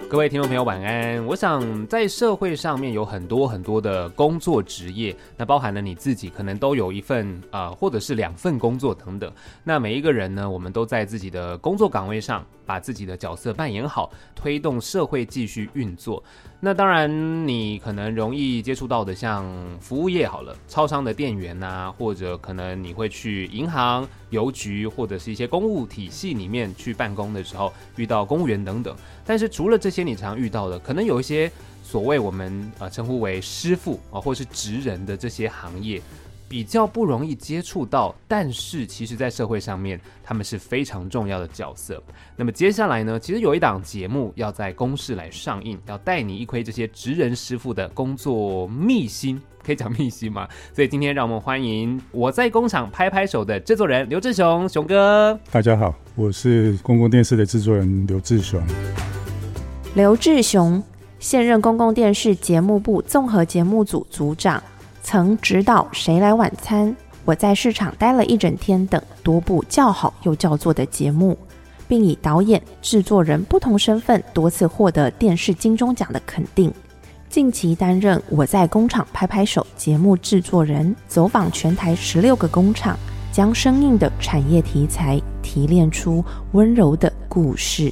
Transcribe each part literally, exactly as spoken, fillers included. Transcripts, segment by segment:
各位听众朋友晚安。我想在社会上面有很多很多的工作职业，那包含了你自己可能都有一份呃或者是两份工作等等。那每一个人呢，我们都在自己的工作岗位上把自己的角色扮演好，推动社会继续运作。那当然你可能容易接触到的像服务业好了，超商的店员啊，或者可能你会去银行、邮局或者是一些公务体系里面去办公的时候遇到公务员等等。但是除了这些你常遇到的，可能有一些所谓我们呃称呼为师傅啊，或是职人的这些行业比较不容易接触到，但是其实在社会上面他们是非常重要的角色。那么接下来呢，其实有一档节目要在公视来上映，要带你一窥这些职人师傅的工作秘辛，可以讲秘辛吗？所以今天让我们欢迎我在工厂拍拍手的制作人刘志雄，雄哥。 大家好，我是公共电视的制作人刘志雄。 刘志雄现任公共电视节目部综合节目组组长，曾指导《谁来晚餐》、我在市场待了一整天等多部叫好又叫座的节目，并以导演、制作人不同身份多次获得电视金钟奖的肯定。近期担任《我在工厂拍拍手》节目制作人，走访全台十六个工厂，将生硬的产业题材提炼出温柔的故事。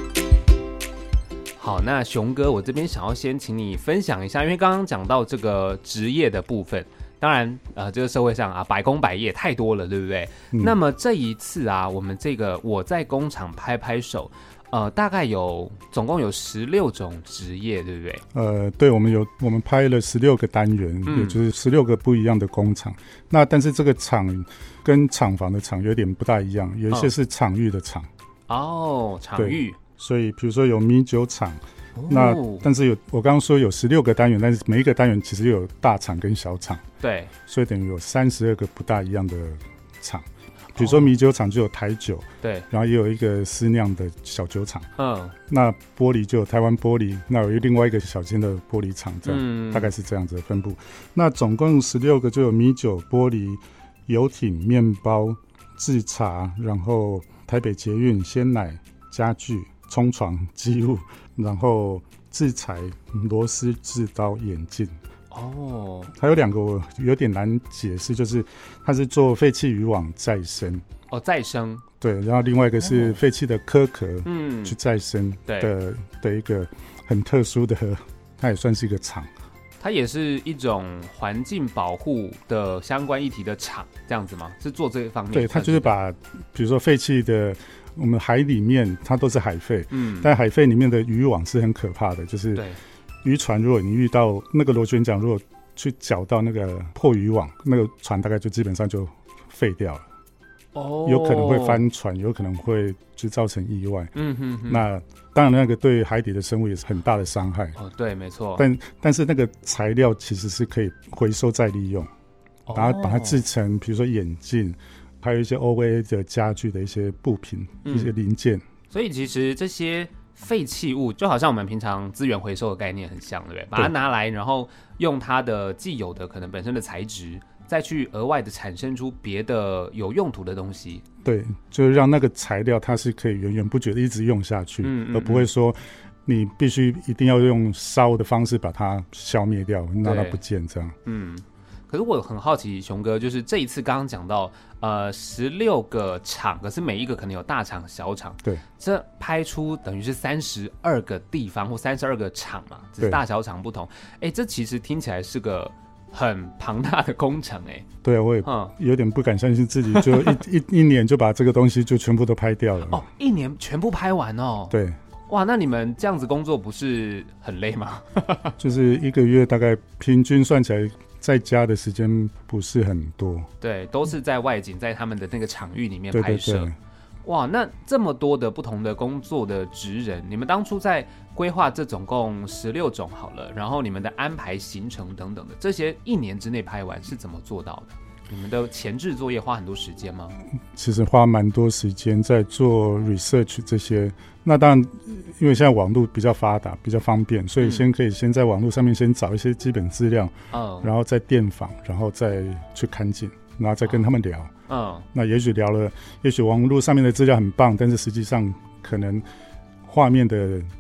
好，那雄哥，我这边想要先请你分享一下，因为刚刚讲到这个职业的部分，当然，呃，这个社会上啊，百工百业太多了，对不对？嗯、那么这一次啊，我们这个我在工厂拍拍手，呃，大概有总共有十六种职业，对不对？ 呃，对，我们有我们拍了十六个单元，嗯、也就是十六个不一样的工厂。那但是这个厂跟厂房的厂有点不大一样，有一些是场域的厂。 哦，场域。 所以比如说有米酒厂、哦、那但是有我刚刚说有十六个单元，但是每一个单元其实有大厂跟小厂， 对， 所以等于有三十二个不大一样的厂。比如说米酒厂就有台酒， 对， 然后也有一个私酿的小酒厂， 嗯， 那玻璃就有台湾玻璃，那有另外一个小间的玻璃厂，这样、嗯、大概是这样子的分布。那总共十六个就有米酒、玻璃、游艇、面包、制茶，然后台北捷运、鲜奶、家具、冲床、机务，然后制裁、螺丝、制刀、眼镜。哦，还有两个我有点难解释，就是它是做废弃渔网再生。 哦，再生。 对，然后另外一个是废弃的壳壳，嗯，去再生的、嗯、的一个很特殊的，它也算是一个厂。 它也是一种环境保护的相关议题的厂，这样子吗？是做这一方面？ 对，它就是把比如说废弃的。我们海里面它都是海废，嗯，但海废里面的渔网是很可怕的，就是渔船如果你遇到那个螺旋桨，如果去搅到那个破渔网，那个船大概就基本上就废掉了，哦，有可能会翻船，有可能会就造成意外，嗯哼哼，那当然那个对海底的生物也是很大的伤害， 哦，对，没错， 但但是那个材料其实是可以回收再利用，然后把它制成比如说眼镜。还有一些 O A 的家具的一些部品、嗯、一些零件， 所以其实这些废弃物就好像我们平常资源回收的概念很像，对不对？把它拿来，然后用它的既有的可能本身的材质，再去额外的产生出别的有用途的东西。 对，就是让那个材料它是可以源源不绝的一直用下去，嗯嗯嗯，而不会说你必须一定要用烧的方式把它消灭掉，让它不见这样。嗯。 可是我很好奇，雄哥，就是这一次刚刚讲到，呃，十六个厂，可是每一个可能有大厂、小厂， 对， 这拍出等于是三十二个地方或三十二个厂嘛，只是大小厂不同。哎，这其实听起来是个很庞大的工程，哎。 对啊，我也有点不敢相信自己就一一一年就把这个东西就全部都拍掉了。 哦，一年全部拍完哦。 对。 哇，那你们这样子工作不是很累吗？ 就是一个月大概平均算起来。在家的时间不是很多， 对，都是在外景，在他们的那个场域里面拍摄。 对对对， 哇，那这么多的不同的工作的职人，你们当初在规划这总共十六种好了，然后你们的安排行程等等的，这些一年之内拍完是怎么做到的？你们的前置作业花很多时间吗？ 其实花蛮多时间在做 research 这些。那当然，因为现在网络比较发达，比较方便，所以先可以先在网络上面先找一些基本资料，嗯，然后再电访，然后再去看景，然后再跟他们聊。嗯，那也许聊了，也许网络上面的资料很棒，但是实际上可能画面的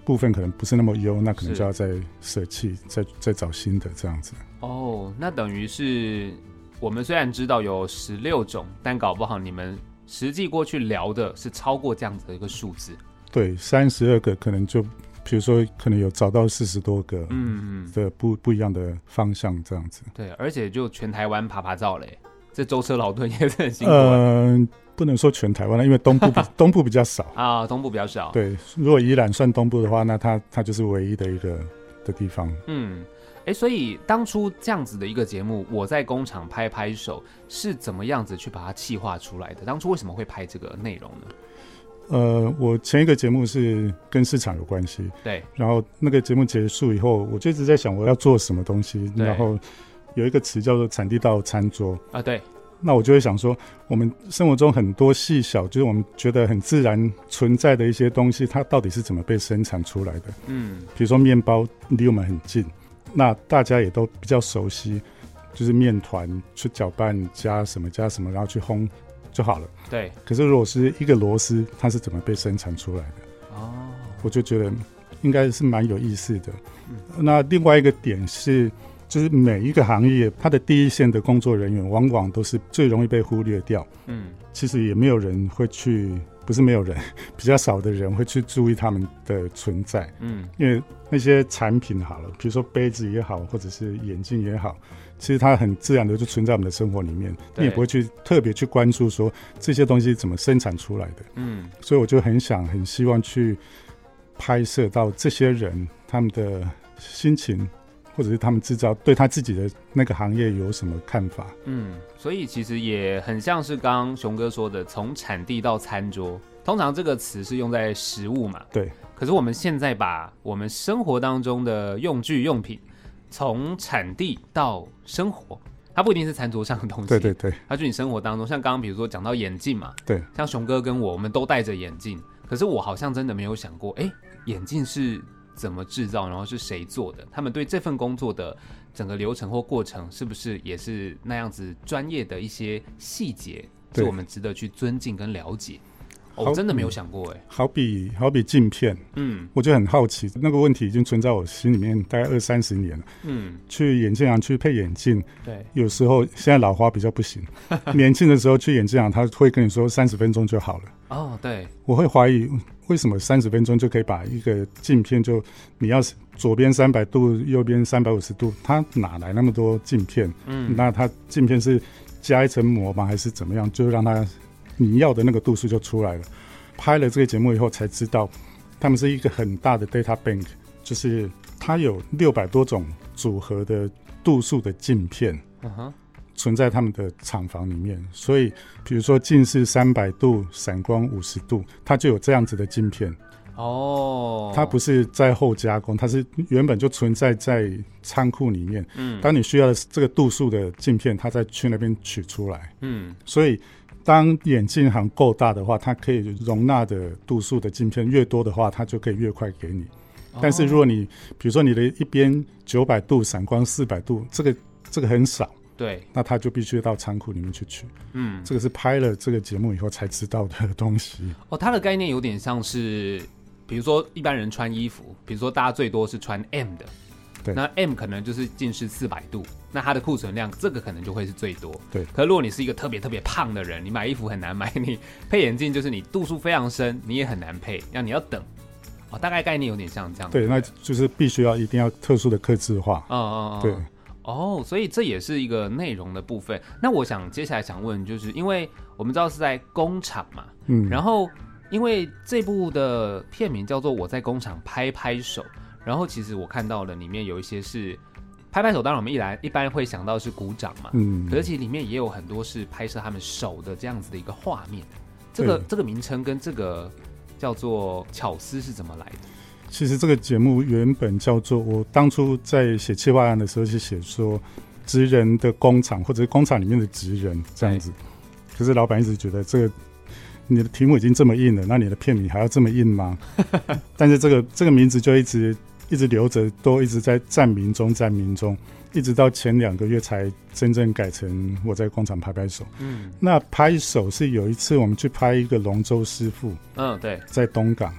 部分可能不是那么优，那可能就要再舍弃，再再找新的这样子。 哦，那等于是我们虽然知道有十六种，但搞不好你们实际过去聊的是超过这样子的一个数字。对， 三十二个可能就，比如说可能有找到四十多个，嗯的不不一样的方向这样子。 对，而且就全台湾爬爬照嘞，这舟车劳顿也是很辛苦。 嗯、呃，不能说全台湾了，因为东部比东部比较少啊，东部比较少。 对，如果宜兰算东部的话，那它它就是唯一的一个的地方。 嗯。哎，所以当初这样子的一个节目，我在工厂拍拍手，是怎么样子去把它企划出来的？当初为什么会拍这个内容呢？ 呃，我前一个节目是跟市场有关系， 对。 然后那个节目结束以后，我就一直在想我要做什么东西，然后有一个词叫做产地到餐桌啊，对。 那我就会想说，我们生活中很多细小，就是我们觉得很自然存在的一些东西，它到底是怎么被生产出来的？嗯，比如说面包离我们很近。那大家也都比较熟悉，就是面团去搅拌加什么加什么，然后去烘就好了。 对。 可是如果是一个螺丝，它是怎么被生产出来的？哦，我就觉得应该是蛮有意思的。嗯、那另外一个点是，就是每一个行业，它的第一线的工作人员，往往都是最容易被忽略掉。嗯，其实也没有人会去。不是没有人，比较少的人会去注意他们的存在。嗯，因为那些产品好了，比如说杯子也好，或者是眼镜也好，其实它很自然的就存在我们的生活里面，你也不会去特别去关注说这些东西怎么生产出来的。嗯，所以我就很想很希望去拍摄到这些人他们的心情，或者是他们制造对他自己的那个行业有什么看法。 嗯，所以其实也很像是刚刚熊哥说的，从产地到餐桌，通常这个词是用在食物嘛。 对。 可是我们现在把我们生活当中的用具用品，从产地到生活，它不一定是餐桌上的东西。 对对对。 它就你生活当中，像刚刚比如说讲到眼镜嘛。 对。 像熊哥跟我，我们都戴着眼镜，可是我好像真的没有想过，哎，眼镜是怎么制造，然后是谁做的？他们对这份工作的整个流程或过程，是不是也是那样子专业的一些细节，是我们值得去尊敬跟了解？我、哦、真的没有想过哎、欸。 好比好比镜片，嗯，我就很好奇，那个问题已经存在我心里面大概二三十年了。嗯，去眼镜行去配眼镜， 对， 有时候现在老花比较不行，年轻的时候去眼镜行，他会跟你说三十分钟就好了。 哦，对， 我会怀疑为什么三十分钟就可以把一个镜片就你要左边三百度，右边三百五十度，它哪来那么多镜片？嗯，那它镜片是加一层膜吗，还是怎么样？就让它你要的那个度数就出来了。拍了这个节目以后才知道，他们是一个很大的 data bank， 就是它有六百多种组合的度数的镜片。嗯哼。存在他们的厂房里面，所以比如说近视三百度，散光五十度，它就有这样子的镜片。哦，它不是在后加工，它是原本就存在在仓库里面。嗯，当你需要的这个度数的镜片，它再去那边取出来。嗯，所以当眼镜行够大的话，它可以容纳的度数的镜片越多的话，它就可以越快给你。哦、但是如果你比如说你的一边九百度，散光四百度，这个这个很少。 对， 那他就必须到仓库里面去取。嗯，这个是拍了这个节目以后才知道的东西。 哦，它的概念有点像是，比如说一般人穿衣服，比如说大家最多是穿 M 的， 对， 那 M 可能就是近视四百度，那它的库存量这个可能就会是最多。 对， 可是如果你是一个特别特别胖的人，你买衣服很难买，你配眼镜就是你度数非常深，你也很难配，让你要等。哦，大概概念有点像这样。 对，那就是必须要一定要特殊的客制化。 嗯嗯嗯， 对。 哦，所以这也是一个内容的部分。那我想接下来想问，就是因为我们知道是在工厂嘛，嗯，然后因为这部的片名叫做《我在工厂拍拍手》，然后其实我看到了里面有一些是拍拍手，当然我们一来一般会想到是鼓掌嘛，嗯，可是其实里面也有很多是拍摄他们手的这样子的一个画面。这个这个名称跟这个叫做巧思是怎么来的？ 其实这个节目原本叫做，我当初在写企划案的时候是写说职人的工厂，或者是工厂里面的职人这样子。可是老板一直觉得这个你的题目已经这么硬了，那你的片名还要这么硬吗？但是这个这个名字就一直一直留着，都一直在站名中站名中，一直到前两个月才真正改成我在工厂拍拍手。嗯，那拍手是有一次我们去拍一个龙舟师傅， 嗯，对， 在东港。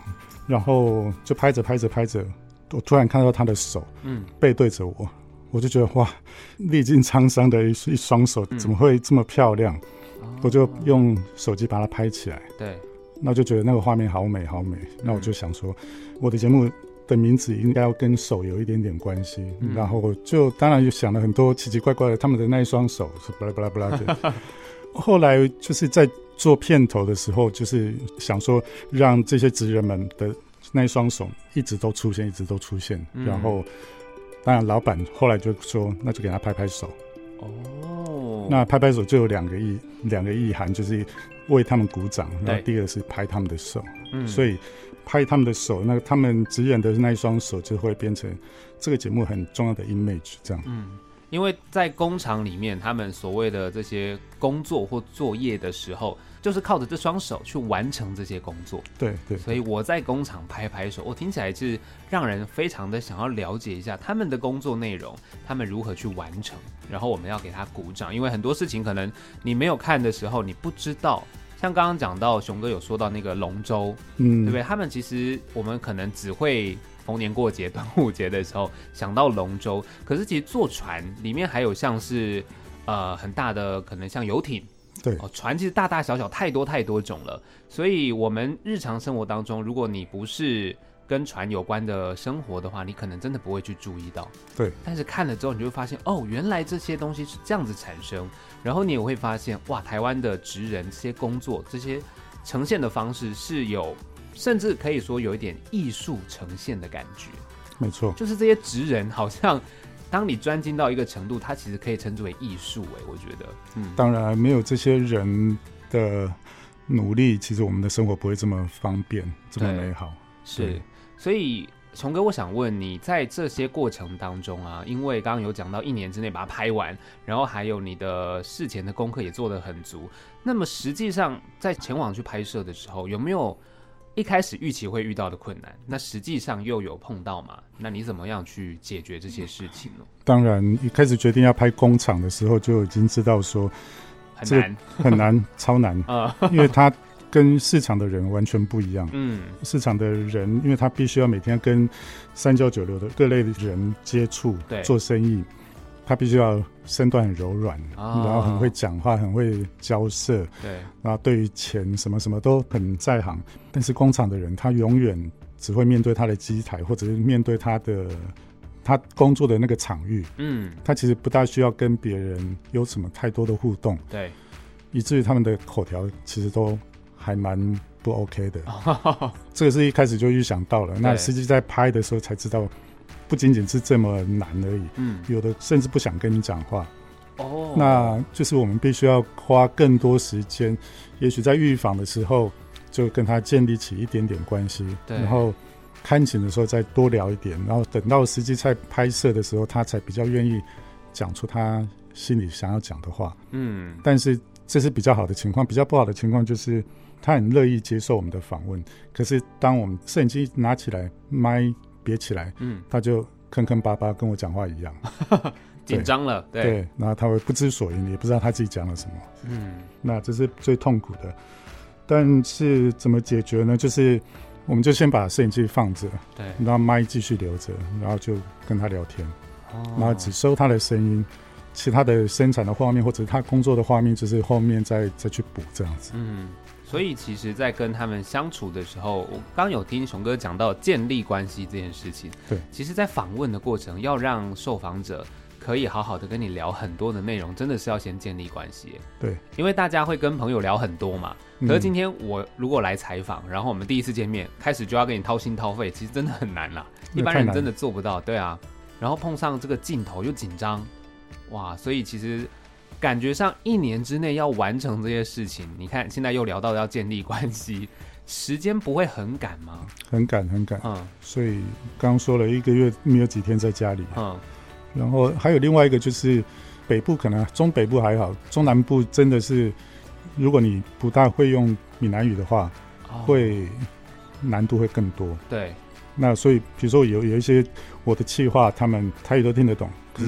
然后就拍着拍着拍着，我突然看到他的手，嗯，背对着我，我就觉得哇，历尽沧桑的一一双手怎么会这么漂亮？嗯、我就用手机把它拍起来， 对， 那就觉得那个画面好美好美。那我就想说，我的节目的名字应该要跟手有一点点关系，嗯、然后就当然就想了很多奇奇怪怪的，他们的那一双手是巴拉巴拉巴拉的。后来就是在做片头的时候，就是想说让这些职人们的那一双手一直都出现，一直都出现。嗯、然后，当然老板后来就说，那就给他拍拍手。哦，那拍拍手就有两个意两个意涵，就是为他们鼓掌，然后第二个是拍他们的手。嗯，所以拍他们的手，那他们职人的那一双手就会变成这个节目很重要的 image， 这样。 嗯。因为在工厂里面，他们所谓的这些工作或作业的时候，就是靠着这双手去完成这些工作。 对 对, 对， 所以我在工厂拍拍手，我听起来是让人非常的想要了解一下他们的工作内容，他们如何去完成，然后我们要给他鼓掌。因为很多事情可能你没有看的时候，你不知道。像刚刚讲到熊哥有说到那个龙舟，嗯，对不对？他们其实我们可能只会逢年过节、端午节的时候想到龙舟，可是其实坐船里面还有像是呃很大的，可能像游艇， 对、 哦，船其实大大小小太多太多种了，所以我们日常生活当中，如果你不是跟船有关的生活的话，你可能真的不会去注意到。 对， 但是看了之后，你就会发现，哦，原来这些东西是这样子产生。然后你也会发现，哇，台湾的职人这些工作、这些呈现的方式是有，甚至可以说有一点艺术呈现的感觉。 没错， 就是这些职人好像，当你专精到一个程度，它其实可以称之为艺术。哎，我觉得， 嗯，当然没有这些人的努力，其实我们的生活不会这么方便、这么美好。 是，所以。熊哥，我想问你在这些过程当中啊，因为刚刚有讲到一年之内把它拍完，然后还有你的事前的功课也做得很足，那么实际上在前往去拍摄的时候，有没有一开始预期会遇到的困难？那实际上又有碰到吗？那你怎么样去解决这些事情呢？ 当然，一开始决定要拍工厂的时候，就已经知道说很难， 很难，超难啊，因为它跟市场的人完全不一样。嗯，市场的人，因为他必须要每天跟三教九流的各类的人接触，做生意，他必须要身段很柔软，哦、然后很会讲话，很会交涉，对，然后对于钱什么什么都很在行。但是工厂的人，他永远只会面对他的机台，或者是面对他的他工作的那个场域。嗯，他其实不大需要跟别人有什么太多的互动。 对， 以至于他们的口条其实都还蛮不 OK 的，这个是一开始就预想到了。那实际在拍的时候才知道，不仅仅是这么难而已。嗯，有的甚至不想跟你讲话。哦，那就是我们必须要花更多时间，也许在预访的时候就跟他建立起一点点关系，然后看景的时候再多聊一点，然后等到实际在拍摄的时候，他才比较愿意讲出他心里想要讲的话。嗯，但是这是比较好的情况，比较不好的情况就是他很乐意接受我们的访问，可是当我们摄影机拿起来，麦别起来，嗯，他就坑坑巴巴跟我讲话一样， 紧张了， 对, 对，然后他会不知所云，也不知道他自己讲了什么，嗯，那这是最痛苦的。但是怎么解决呢？就是我们就先把摄影机放着，对，然后麦继续留着，然后就跟他聊天，哦，然后只收他的声音。其他的生产的画面或者他工作的画面，就是后面再再去补这样子。 嗯，所以其实在跟他们相处的时候，我刚有听熊哥讲到建立关系这件事情。 对， 其实在访问的过程，要让受访者可以好好的跟你聊很多的内容，真的是要先建立关系。 对， 因为大家会跟朋友聊很多嘛，可是今天我如果来采访，然后我们第一次见面开始就要跟你掏心掏肺，其实真的很难啦，一般人真的做不到。对啊，然后碰上这个镜头又紧张，哇，所以其实感觉上一年之内要完成这些事情，你看现在又聊到要建立关系，时间不会很赶吗？ 很赶很赶，嗯，所以刚说了一个月没有几天在家里，嗯，然后还有另外一个就是北部可能中北部还好，中南部真的是如果你不大会用闽南语的话，哦，会难度会更多。 对， 那所以比如说有有一些我的企划他们台语都听得懂，可是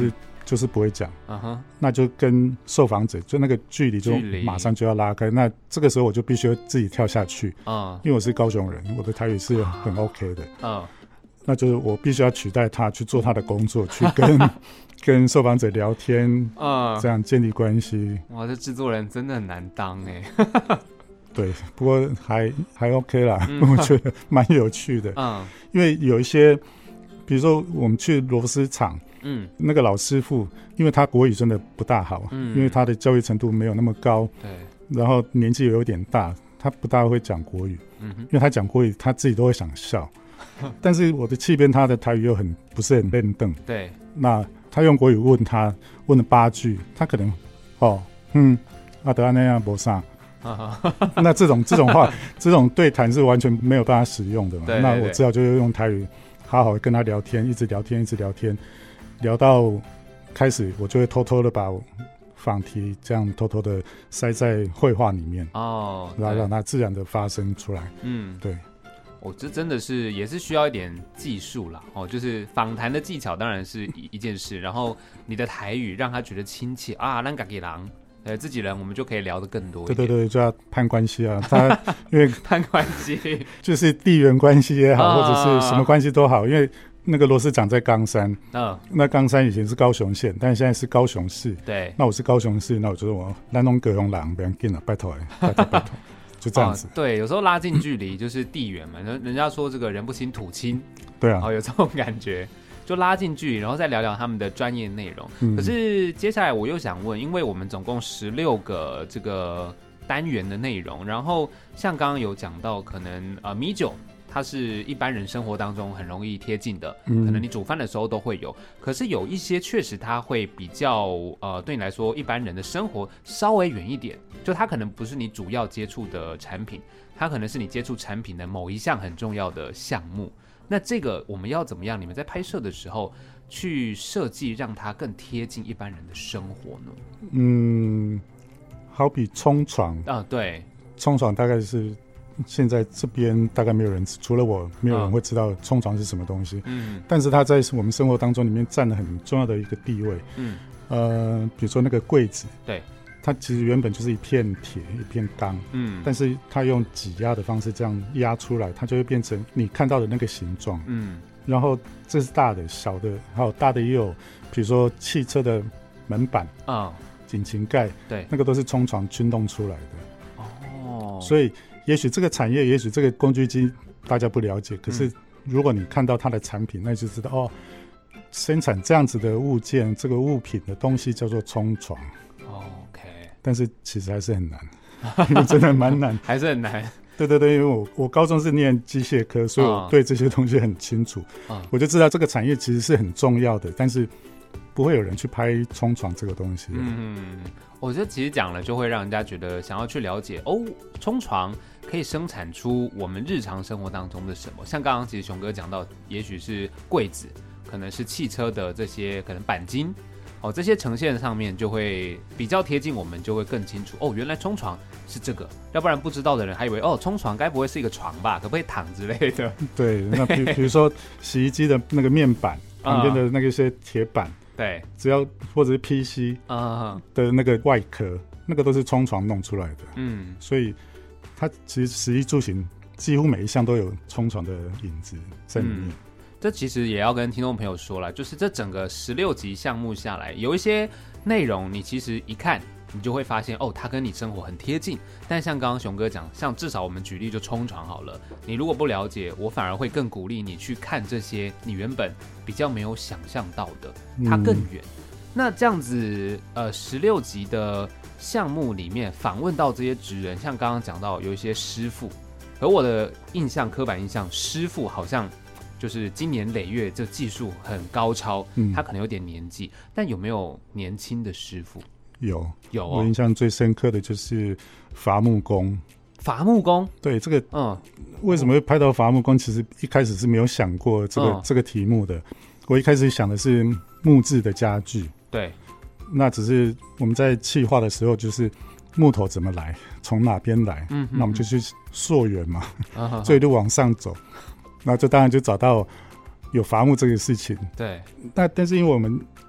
就是不会讲， uh-huh. 那就跟受访者就那个距离就马上就要拉开，那这个时候我就必须自己跳下去， uh. 因为我是高雄人，我的台语是很 OK 的， uh. 那就是我必须要取代他去做他的工作，去跟跟受访者聊天， uh. 这样建立关系。 哇，这制作人真的很难当哎。 对，不过还还 OK 啦，嗯、我觉得蛮有趣的，嗯，因为有一些比如说我们去螺丝厂，嗯，那个老师傅因为他国语真的不大好，嗯，因为他的教育程度没有那么高，对，然后年纪有点大，他不大会讲国语，嗯，因为他讲国语他自己都会想笑，但是我的气边他的台语又很不是很练邓， 对， 那他用国语问他问了八句，他可能哦嗯阿德安那样不上。那这种这种话这种对谈是完全没有办法使用的嘛，对对对，那我只好就用台语好好跟他聊天，一直聊天一直聊天，聊到开始我就会偷偷的把访题这样偷偷的塞在绘画里面，哦，然后让它自然的发生出来。嗯，对， 哦，这真的是也是需要一点技术啦，哦，就是访谈的技巧当然是一件事，然后你的台语让他觉得亲切啊，咱自己人呃，自己人我们就可以聊得更多一点。 对对对，就要攀关系啊，他因为攀关系就是地缘关系也好，啊，或者是什么关系都好，因为那个螺丝长在冈山，嗯，那冈山以前是高雄县，但现在是高雄市。对，那我是高雄市，那我觉得我咱拢高雄人，不要紧了，拜托拜托拜托，就这样子，哦。对， 有时候拉近距离就是地缘嘛，人家说这个人不亲土亲， 对啊， 哦，有这种感觉。就拉近距离，然后再聊聊他们的专业内容，嗯。可是接下来我又想问，因为我们总共十六个这个单元的内容，然后像刚刚有讲到，可能呃米酒它是一般人生活当中很容易贴近的，嗯，可能你煮饭的时候都会有。可是有一些确实它会比较呃对你来说一般人的生活稍微远一点，就它可能不是你主要接触的产品，它可能是你接触产品的某一项很重要的项目。那这个我们要怎么样？你们在拍摄的时候去设计，让它更贴近一般人的生活呢？ 嗯，好比冲床啊，对， 冲床大概是现在这边大概没有人，除了我，没有人会知道冲床是什么东西。嗯，但是它在我们生活当中里面占了很重要的一个地位。嗯，呃，比如说那个柜子，对。它其实原本就是一片铁一片钢，嗯，但是它用挤压的方式这样压出来，它就会变成你看到的那个形状，嗯，然后这是大的小的还有大的也有，比如说汽车的门板啊，引擎盖，对，那个都是冲床驱动出来的。哦，所以也许这个产业，也许这个工具机大家不了解，可是如果你看到它的产品，那就知道哦，生产这样子的物件，这个物品的东西叫做冲床。但是其实还是很难，真的蛮难， 还是很难。 对对对，因为我我高中是念机械科，所以我对这些东西很清楚，哦，我就知道这个产业其实是很重要的，但是不会有人去拍冲床这个东西。 嗯，我觉得其实讲了就会让人家觉得想要去了解哦，冲床可以生产出我们日常生活当中的什么。像刚刚其实熊哥讲到，也许是柜子，可能是汽车的这些可能钣金。哦，这些呈现上面就会比较贴近我们，就会更清楚哦，原来冲床是这个，要不然不知道的人还以为哦，冲床该不会是一个床吧，可不可以躺之类的。 对，那比比如说洗衣机的那个面板旁边的那个些铁板，对，只要或者是 P C 的那个外壳，那个都是冲床弄出来的。嗯，所以它其实食衣住行几乎每一项都有冲床的影子在里面。嗯， 这其实也要跟听众朋友说了，就是这整个十六集项目下来，有一些内容你其实一看你就会发现哦，它跟你生活很贴近。但像刚刚熊哥讲，像至少我们举例就冲床好了，你如果不了解，我反而会更鼓励你去看这些你原本比较没有想象到的，它更远。嗯，那这样子呃，十六集的项目里面访问到这些职人，像刚刚讲到有一些师傅，而我的印象刻板印象，师傅好像就是经年累月，这技术很高超，嗯，他可能有点年纪，但有没有年轻的师傅？ 有有，哦， 我印象最深刻的就是伐木工。 伐木工， 对这个，嗯，为什么会拍到伐木工？其实一开始是没有想过这个，嗯，这个题目的。我一开始想的是木质的家具，对，那只是我们在企划的时候，就是木头怎么来，从哪边来，嗯，那我们就去溯源嘛，嗯，所以就往上走。那就当然就找到有伐木这个事情，对。那但是因为我们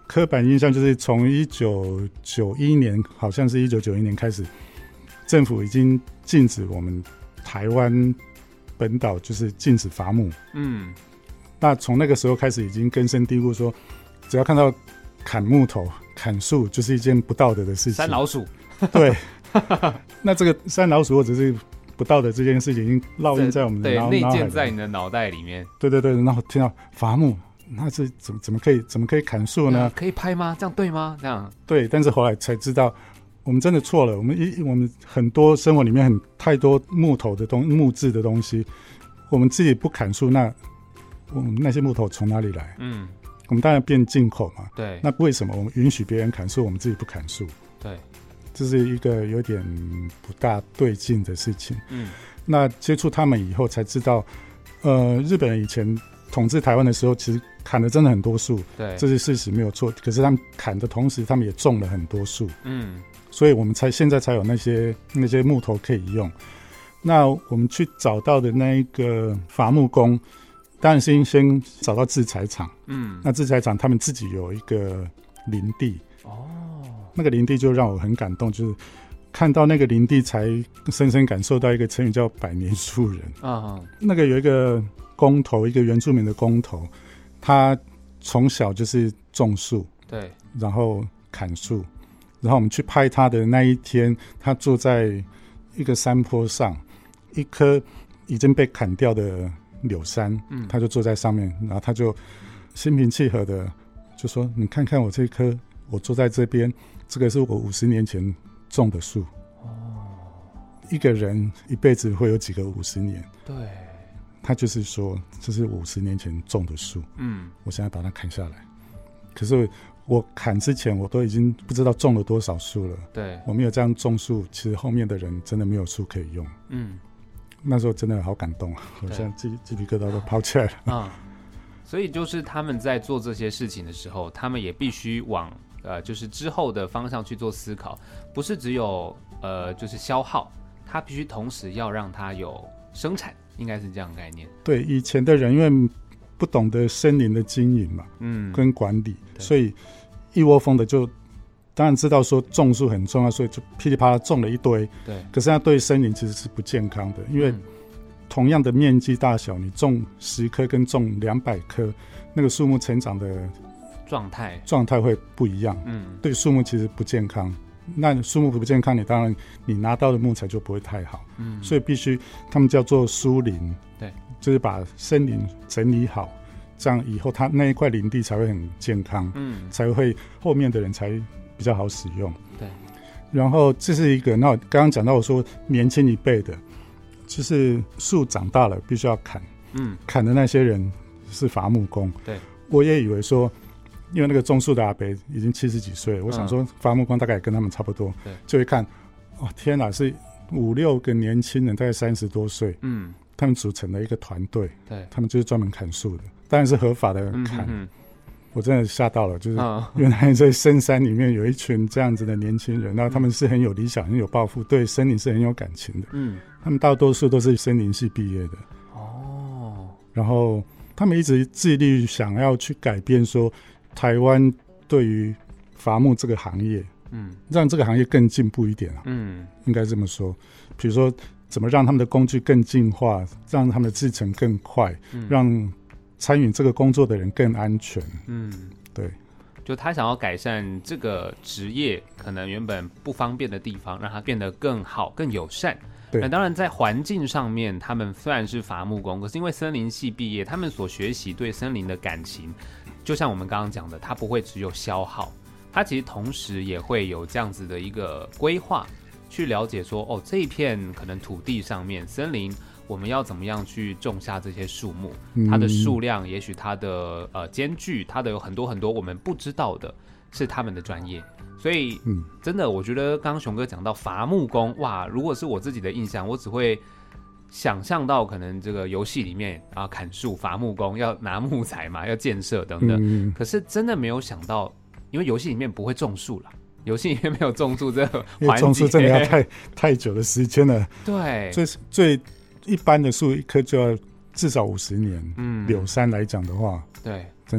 刻板印象就是从一九九一年，好像是一九九一年开始，政府已经禁止我们台湾本岛就是禁止伐木。嗯，那从那个时候开始已经根深蒂固说，只要看到砍木头、砍树，就是一件不道德的事情。 山老鼠。 对。那这个山老鼠或者是不道德这件事情，已经烙印在我们的脑海里， 内建在你的脑袋里面。 对对对，然后听到伐木。那是怎么怎么可以怎么可以砍树呢？ 可以拍吗？这样对吗？这样对，但是后来才知道，我们真的错了。我们一我们很多生活里面很太多木头的东木质的东西，我们自己不砍树，那我们那些木头从哪里来？嗯，我们当然变进口嘛。 对， 那为什么我们允许别人砍树，我们自己不砍树？ 对， 这是一个有点不大对劲的事情。 嗯， 那接触他们以后才知道，呃，日本人以前统治台湾的时候，其实砍了真的很多树， 对， 这是事实没有错。可是他们砍的同时，他们也种了很多树， 嗯， 所以我们才现在才有那些那些木头可以用。那我们去找到的那一个伐木工，当然是先找到制材厂，嗯，那制材厂他们自己有一个林地，哦，那个林地就让我很感动，就是看到那个林地才深深感受到一个成语叫百年树人啊。那个有一个工头，一个原住民的工头。他从小就是种树， 对， 然后砍树，然后我们去拍他的那一天，他坐在一个山坡上，一棵已经被砍掉的柳杉，嗯，他就坐在上面，然后他就心平气和的就说：“你看看我这棵，我坐在这边，这个是我五十年前种的树。”哦，一个人一辈子会有几个五十年？ 对。 他就是说，这是五十年前种的树，嗯，我现在把它砍下来。可是我砍之前，我都已经不知道种了多少树了。 对， 我没有这样种树，其实后面的人真的没有树可以用。嗯，那时候真的好感动啊，我现在鸡鸡皮疙瘩都跑起来了。 啊、嗯，所以就是他们在做这些事情的时候，他们也必须往呃，就是之后的方向去做思考，不是只有呃，就是消耗，他必须同时要让它有生产。应该是这样的概念。 对，以前的人因为不懂得森林的经营嘛，嗯，跟管理，所以一窝蜂的就当然知道说种树很重要，所以就噼里啪啦种了一堆。 对， 可是它对森林其实是不健康的，因为同样的面积大小，你种十棵跟种两百棵，那个树木成长的状态状态会不一样。嗯，对树木其实不健康。那树木不健康，你当然你拿到的木材就不会太好，嗯，所以必须他们叫做疏林， 对， 就是把森林整理好，这样以后它那一块林地才会很健康，嗯，才会后面的人才比较好使用， 对。 然后这是一个，那刚刚讲到我说年轻一辈的，就是树长大了必须要砍，嗯，砍的那些人是伐木工， 对， 我也以为说。因为那个种树的阿伯已经七十几岁了，我想说伐木工大概也跟他们差不多， 对， 就会看，哦天哪，是五六个年轻人，大概三十多岁，嗯，他们组成了一个团队， 对， 他们就是专门砍树的，当然是合法的砍，嗯哼哼，我真的吓到了，就是原来在深山里面有一群这样子的年轻人，然后他们是很有理想、很有抱负，对森林是很有感情的，嗯，他们大多数都是森林系毕业的，哦，然后他们一直致力想要去改变说。台湾对于伐木这个行业，嗯，让这个行业更进步一点啊，嗯，应该这么说。比如说，怎么让他们的工具更进化，让他们的制程更快，嗯，让参与这个工作的人更安全，嗯，对。 就他想要改善这个职业可能原本不方便的地方，让它变得更好、更友善。那当然，在环境上面，他们虽然是伐木工，可是因为森林系毕业，他们所学习对森林的感情。就像我们刚刚讲的，它不会只有消耗，它其实同时也会有这样子的一个规划，去了解说，哦，这一片可能土地上面森林，我们要怎么样去种下这些树木，它的数量，也许它的呃间距，它的有很多很多我们不知道的，是他们的专业。所以，嗯，真的，我觉得刚刚熊哥讲到伐木工，哇，如果是我自己的印象，我只会。想象到可能这个游戏里面啊砍树伐木工要拿木材嘛，要建设等等，嗯，可是真的没有想到，因为游戏里面不会种树了，游戏里面没有种树这个环节， 种树真的要太太久的时间了。 对， 最最一般的树一棵就要至少五十年，嗯，柳杉来讲的话， 对， 真的。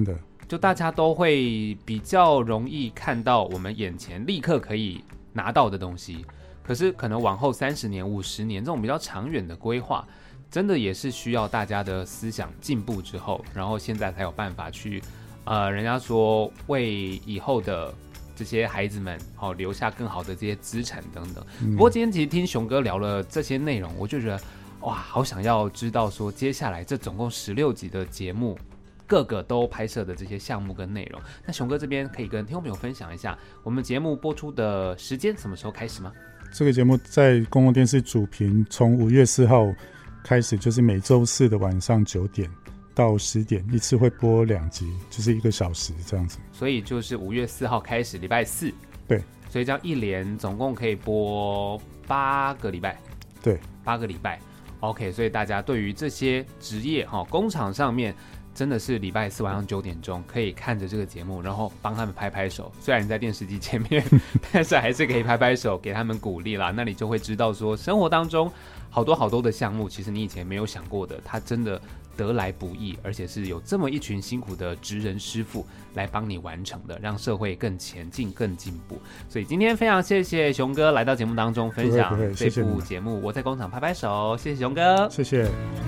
就大家都会比较容易看到我们眼前立刻可以拿到的东西，可是可能往后三十年、五十年这种比较长远的规划，真的也是需要大家的思想进步之后，然后现在才有办法去，呃，人家说为以后的这些孩子们好、哦、留下更好的这些资产等等。嗯、不过今天其实听熊哥聊了这些内容，我就觉得哇，好想要知道说接下来这总共十六集的节目。各个都拍摄的这些项目跟内容，那熊哥这边可以跟听众朋友分享一下，我们节目播出的时间什么时候开始吗？ 这个节目在公共电视主频，从五月四号开始，就是每周四的晚上九点到十点，一次会播两集，就是一个小时这样子。 所以就是五月四号开始，礼拜四。 对。 所以这样一连总共可以播八个礼拜。 对， 八个礼拜。OK， 所以大家对于这些职业哈，工厂上面。真的是礼拜四晚上九点钟可以看着这个节目，然后帮他们拍拍手。虽然你在电视机前面，但是还是可以拍拍手，给他们鼓励啦。那你就会知道说，生活当中好多好多的项目，其实你以前没有想过的，它真的得来不易，而且是有这么一群辛苦的职人师傅来帮你完成的，让社会更前进、更进步。所以今天非常谢谢熊哥来到节目当中分享这部节目《我在工厂拍拍手》，谢谢熊哥， 谢谢。